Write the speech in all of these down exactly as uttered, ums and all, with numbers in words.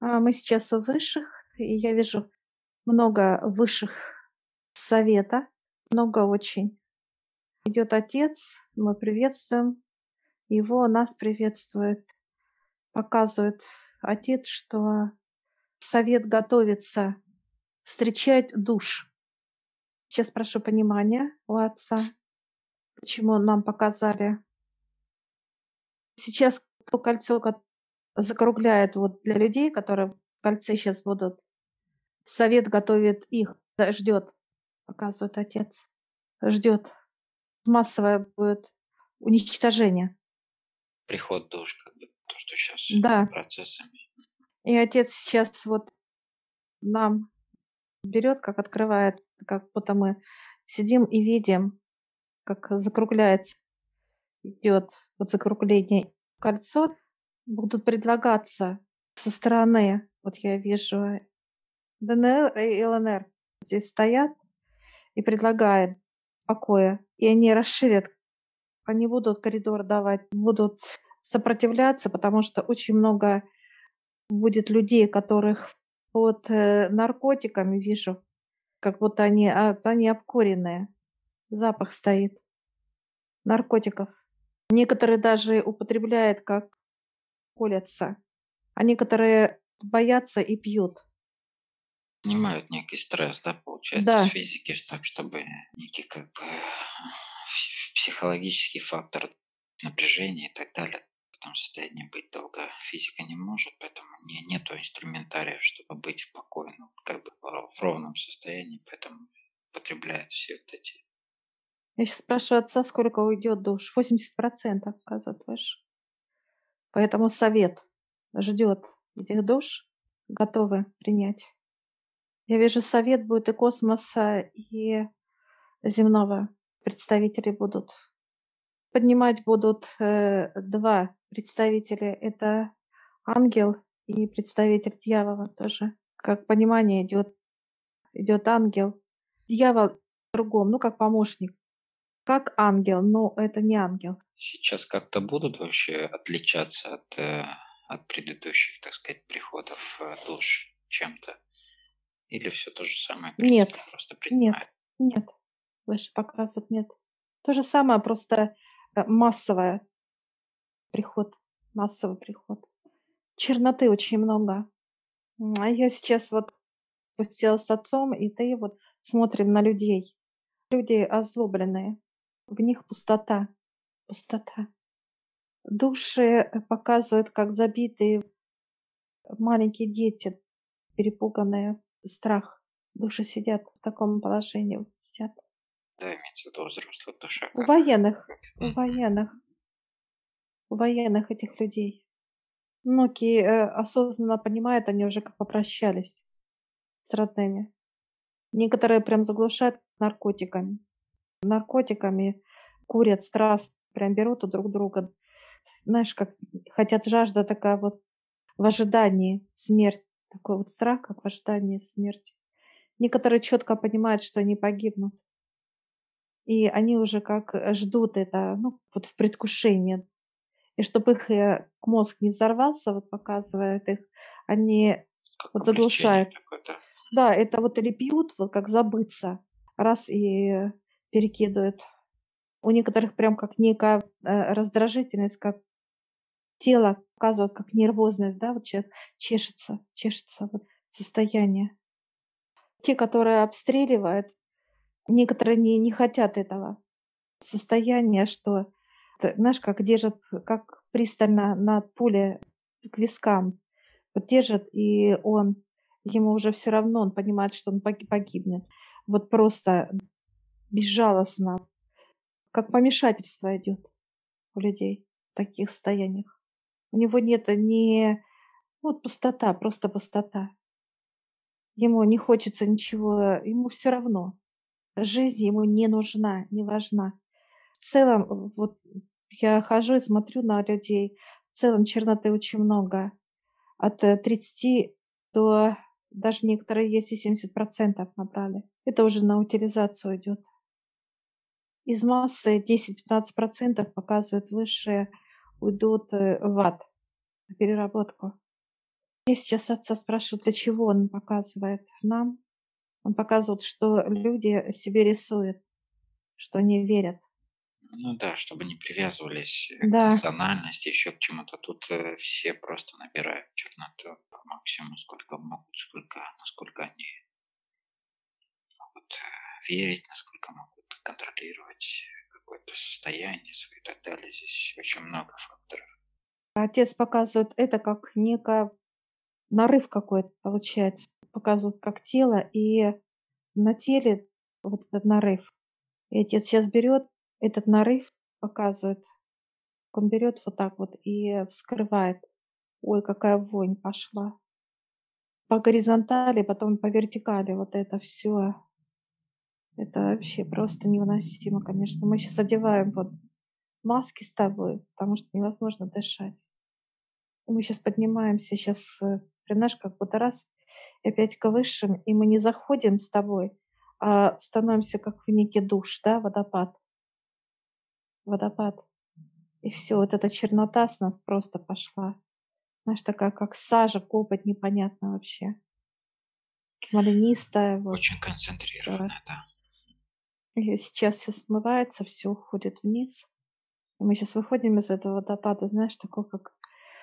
А, мы сейчас у высших, и я вижу много высших совета, много очень. Идет отец, мы приветствуем его, нас приветствует. Показывает отец, что совет готовится встречать душ. Сейчас прошу понимания у отца, почему нам показали. Сейчас то кольцо, ко- закругляет вот для людей, которые в кольце сейчас будут. Совет готовит их, ждет, показывает отец. Ждет. Массовое будет уничтожение. Приход душ, как бы то, что сейчас Да. процессами. И отец сейчас вот нам берет, как открывает, как будто мы сидим и видим, как закругляется, идет вот закругление кольцо. Будут предлагаться со стороны, вот я вижу Д Н Р и Л Н Р здесь стоят и предлагают покоя. И они расширят, они будут коридор давать, будут сопротивляться, потому что очень много будет людей, которых под, э, наркотиками вижу, как будто они, а, они обкуренные. Запах стоит наркотиков. Некоторые даже употребляют, как колятся, а некоторые боятся и пьют. Снимают некий стресс, да, получается, с Да, физики, так чтобы некий как бы пс- психологический фактор напряжения и так далее. В том состоянии быть долго физика не может, поэтому не, нету инструментария, чтобы быть в покое, ну, как бы в ро- в ровном состоянии, поэтому потребляют все вот эти. я сейчас спрашиваю отца, сколько уйдет душ. восемьдесят процентов, оказывает, выше. Поэтому совет ждет этих душ, готовы принять. Я вижу, совет будет и космоса, и земного. Представители будут. Поднимать будут, э, два представителя. Это ангел и представитель дьявола тоже. Как понимание идет, идет ангел. Дьявол в другом, ну, как помощник, как ангел, но это не ангел. Сейчас как-то будут вообще отличаться от, э, от предыдущих, так сказать, приходов э, душ чем-то? Или все то же самое, в Нет, принципе, просто принимают? нет, нет. Выше показывают, нет. То же самое, просто, э, массовое приход, массовый приход. Черноты очень много. М, а я сейчас вот спустилась с отцом, и ты вот смотрим на людей. Люди озлобленные, в них пустота, пустота. Души, э, показывают, как забитые маленькие дети, перепуганные, страх. Души сидят в таком положении, вот сидят. Да, имеется в виду взрослая душа, У как военных, как у мгм. военных, у военных этих людей. Многие, э, осознанно понимают, они уже как попрощались с родными. Некоторые прям заглушают наркотиками. Наркотиками курят страстно, прям берут у друг друга. Знаешь, как хотят, жажда такая вот в ожидании смерти. Такой вот страх, как в ожидании смерти. Некоторые четко понимают, что они погибнут. И они уже как, э, ждут это, ну, вот в предвкушении. И чтобы их, э, мозг не взорвался, вот показывают их, они Как вот облегчение заглушают. какое-то. Да, это вот или пьют, вот как забыться, раз и перекидывают. У некоторых прям как некая, э, раздражительность, как тело показывает, как нервозность, да, вот человек чешется, чешется вот состояние. Те, которые обстреливают, некоторые не не хотят этого состояния, что т знаешь, как держат, как пристально на пуле к вискам. Вот держит, и он ему уже все равно, он понимает, что он поги погибнет. Вот просто безжалостно, как помешательство идет у людей в таких состояниях. У него нет ни ну, вот пустота, просто пустота. Ему не хочется ничего, ему все равно. Жизнь ему не нужна, не важна. В целом, в вот я хожу и смотрю на людей, в целом черноты очень много. От, э, тридцати до даже некоторые есть и семьдесят процентов набрали. Это уже на утилизацию идет. Из массы десять-пятнадцать процентов показывают высшие уйдут, э, в ад, в переработку. Я сейчас отца спрашиваю, для чего он показывает нам. Он показывает, что люди себе рисуют, что они верят. Ну да, чтобы не привязывались э, к Да, рациональности, еще к чему-то. Тут э, все просто набирают черноту по максимуму, сколько могут, сколько, насколько они могут э, верить, насколько могут контролировать какое-то состояние свое и так далее. Здесь очень много факторов. отец показывает это как некое нарыв какой-то получается. Показывает как тело, и на теле вот этот нарыв. И отец сейчас берет этот нарыв, показывает. Он берет вот так вот и вскрывает. Ой, какая вонь пошла. По горизонтали, потом по вертикали вот это все. Это вообще просто невыносимо, конечно. Мы сейчас одеваем вот маски с тобой, потому что невозможно дышать. И мы сейчас поднимаемся, сейчас, прям знаешь, как будто раз и опять к высшим, и мы не заходим с тобой, а становимся как в некий душ, да, водопад. Водопад. И все, вот эта чернота с нас просто пошла. Знаешь, такая, как сажа, копоть непонятно вообще. Смоленистая, вот. Очень Всё. концентрированно, да. И сейчас все смывается, все уходит вниз. И мы сейчас выходим из этого водопада, знаешь, такое, как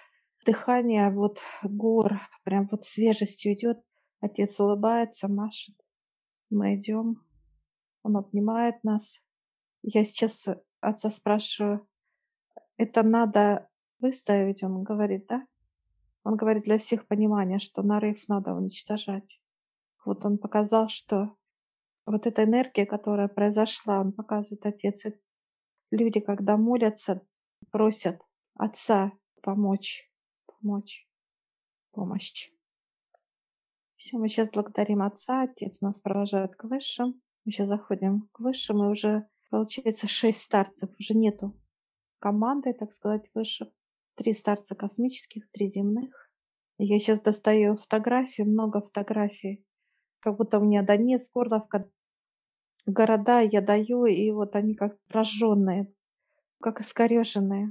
дыхание вот гор, прям вот свежестью идет. Отец улыбается, машет. Мы идем, он обнимает нас. Я сейчас отца спрашиваю: "Это надо выставить?" Он говорит: "Да". Он говорит для всех понимания, что нарыв надо уничтожать. Вот он показал, что вот эта энергия, которая произошла, он показывает, отец, э, люди, когда молятся, просят отца помочь, помочь, помощь. Все, мы сейчас благодарим отца, отец нас провожает к высшим. Мы сейчас заходим к высшим, и уже получается шесть старцев, уже нету команды, так сказать, высших. три старца космических, три земных. Я сейчас достаю фотографии, много фотографий, как будто у меня Донецк, Горловка, города я даю, и вот они как прожженные, как искореженные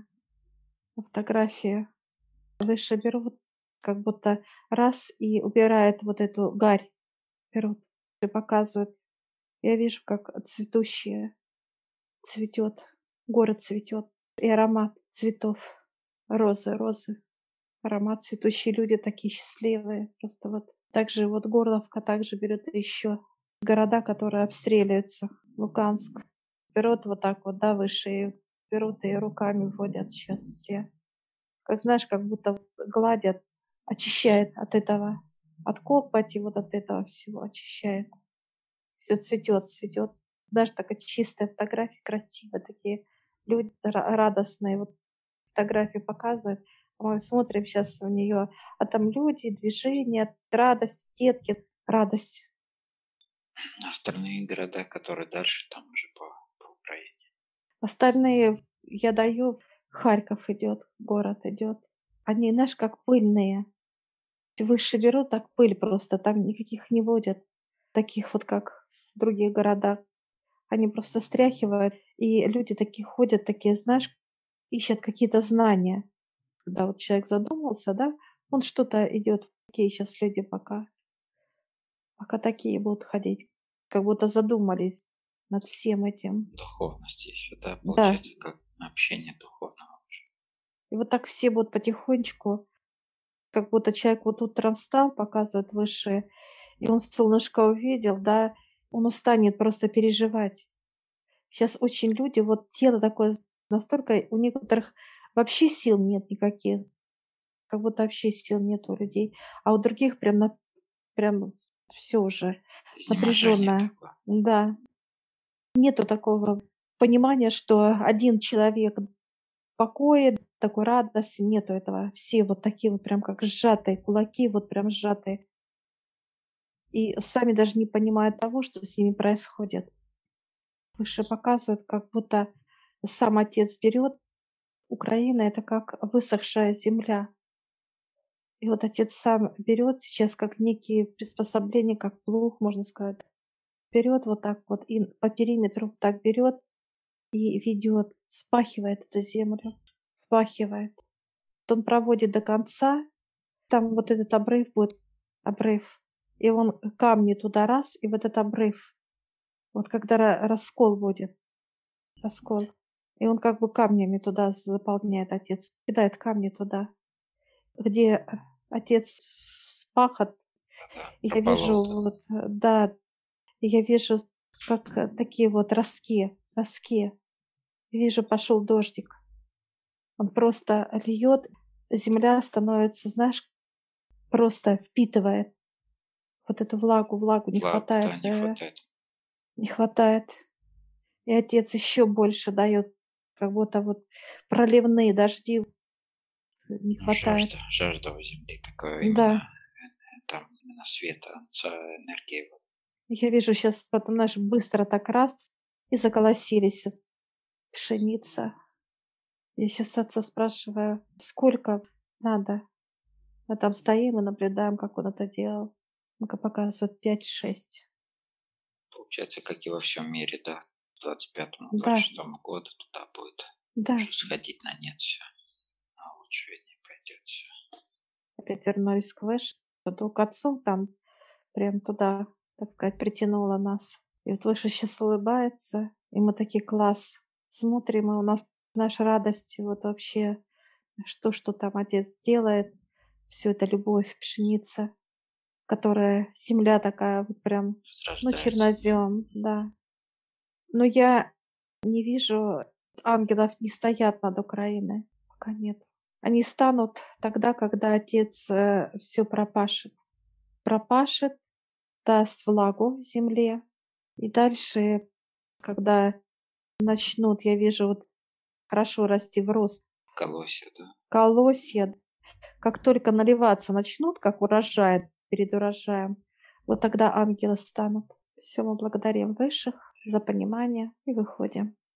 фотографии. Выше берут, как будто раз и убирает вот эту гарь, берут и показывают. Я вижу, как цветущее цветет, город цветет, и аромат цветов, розы, розы, аромат цветущие люди такие счастливые. Просто вот также вот Горловка также берет еще города, которые обстреливаются. Луганск берут вот так вот, да, выше, и берут и руками вводят сейчас все. Как знаешь, как будто вот гладят, очищает от этого, от копоти, вот от этого всего очищает. Все цветет, цветет. Даже такая чистая фотография, красивые такие люди ра- радостные. Вот фотографии показывают. Мы смотрим сейчас у нее, а там люди, движение, радость, детки, радость. Остальные города, которые дальше, там уже по, по Украине. Остальные я даю, Харьков идет, город идет. Они, знаешь, как пыльные. Выше берут, так пыль просто, там никаких не водят. Таких вот, как в других городах. Они просто стряхивают, и люди такие ходят, такие, знаешь, ищут какие-то знания. Когда вот человек задумался, да, он что-то идет. Такие сейчас люди пока, пока такие будут ходить, как будто задумались над всем этим. Духовности еще, да, Да, получается, как общение духовного уже. и вот так все будут потихонечку, как будто человек вот утром встал, показывает высшие, и он солнышко увидел, да, он устанет просто переживать. Сейчас очень люди, вот тело такое з- настолько, у некоторых вообще сил нет никаких, как будто вообще сил нет у людей, а у других прям, на, прям все уже Изнеможение напряженное. такое. Да, нету такого понимания, что один человек в покое, такой радости, нету этого. Все вот такие вот прям как сжатые кулаки, вот прям сжатые. И сами даже не понимают того, что с ними происходит. Выше показывают, как будто сам отец берет. Украина — это как высохшая земля. И вот отец сам берет сейчас как некие приспособления, как плуг, можно сказать. Берет вот так вот и по периметру так берет и ведет, спахивает эту землю, спахивает. Вот он проводит до конца, Там вот этот обрыв будет, обрыв, и он камни туда раз, и в этот обрыв. Вот когда ра- раскол будет, раскол. И он как бы камнями туда заполняет отец, кидает камни туда, где э, отец спахот. Да, И я вижу, прополол, да. вот, э, да, и я вижу, как э, такие вот ростки, ростки. Вижу, пошел дождик. Он просто льет, земля становится, знаешь, просто впитывает вот эту влагу, влагу не Влагу, хватает, да, не э, хватает. не хватает. И отец еще больше дает, как будто вот проливные дожди не Ну, хватает. жажда, жажда у Земли такое Да, именно, э, там именно света, ца энергии. Вот. я вижу сейчас, потом, знаешь, быстро так раз и заколосились пшеница. Я сейчас отца спрашиваю, сколько надо. Мы там стоим и наблюдаем, как он это делал. Ну-ка показывает пять-шесть. Получается, как и во всем мире, да, к двадцать пятому, Да, двадцать шестому году туда будет да. уже сходить на нет все, а лучше и не пойдет все. Опять вернулись к Выше. Туда к отцу там прям туда, так сказать, притянуло нас. И вот Выше сейчас улыбается, и мы такие класс. Смотрим, и у нас наша радость, и вот вообще, что, что там отец делает. Все это любовь, пшеница, которая земля такая вот прям, ну, Возрождается, да. чернозем, да. Но я не вижу, ангелов не стоят над Украиной, пока нет. Они станут тогда, когда Отец все пропашет. Пропашет, даст влагу земле. И дальше, когда начнут, я вижу, вот хорошо расти в рост Колосья, да. колосья, как только наливаться начнут, как урожай перед урожаем, вот тогда ангелы станут. Все, мы благодарим высших за понимание и выходим.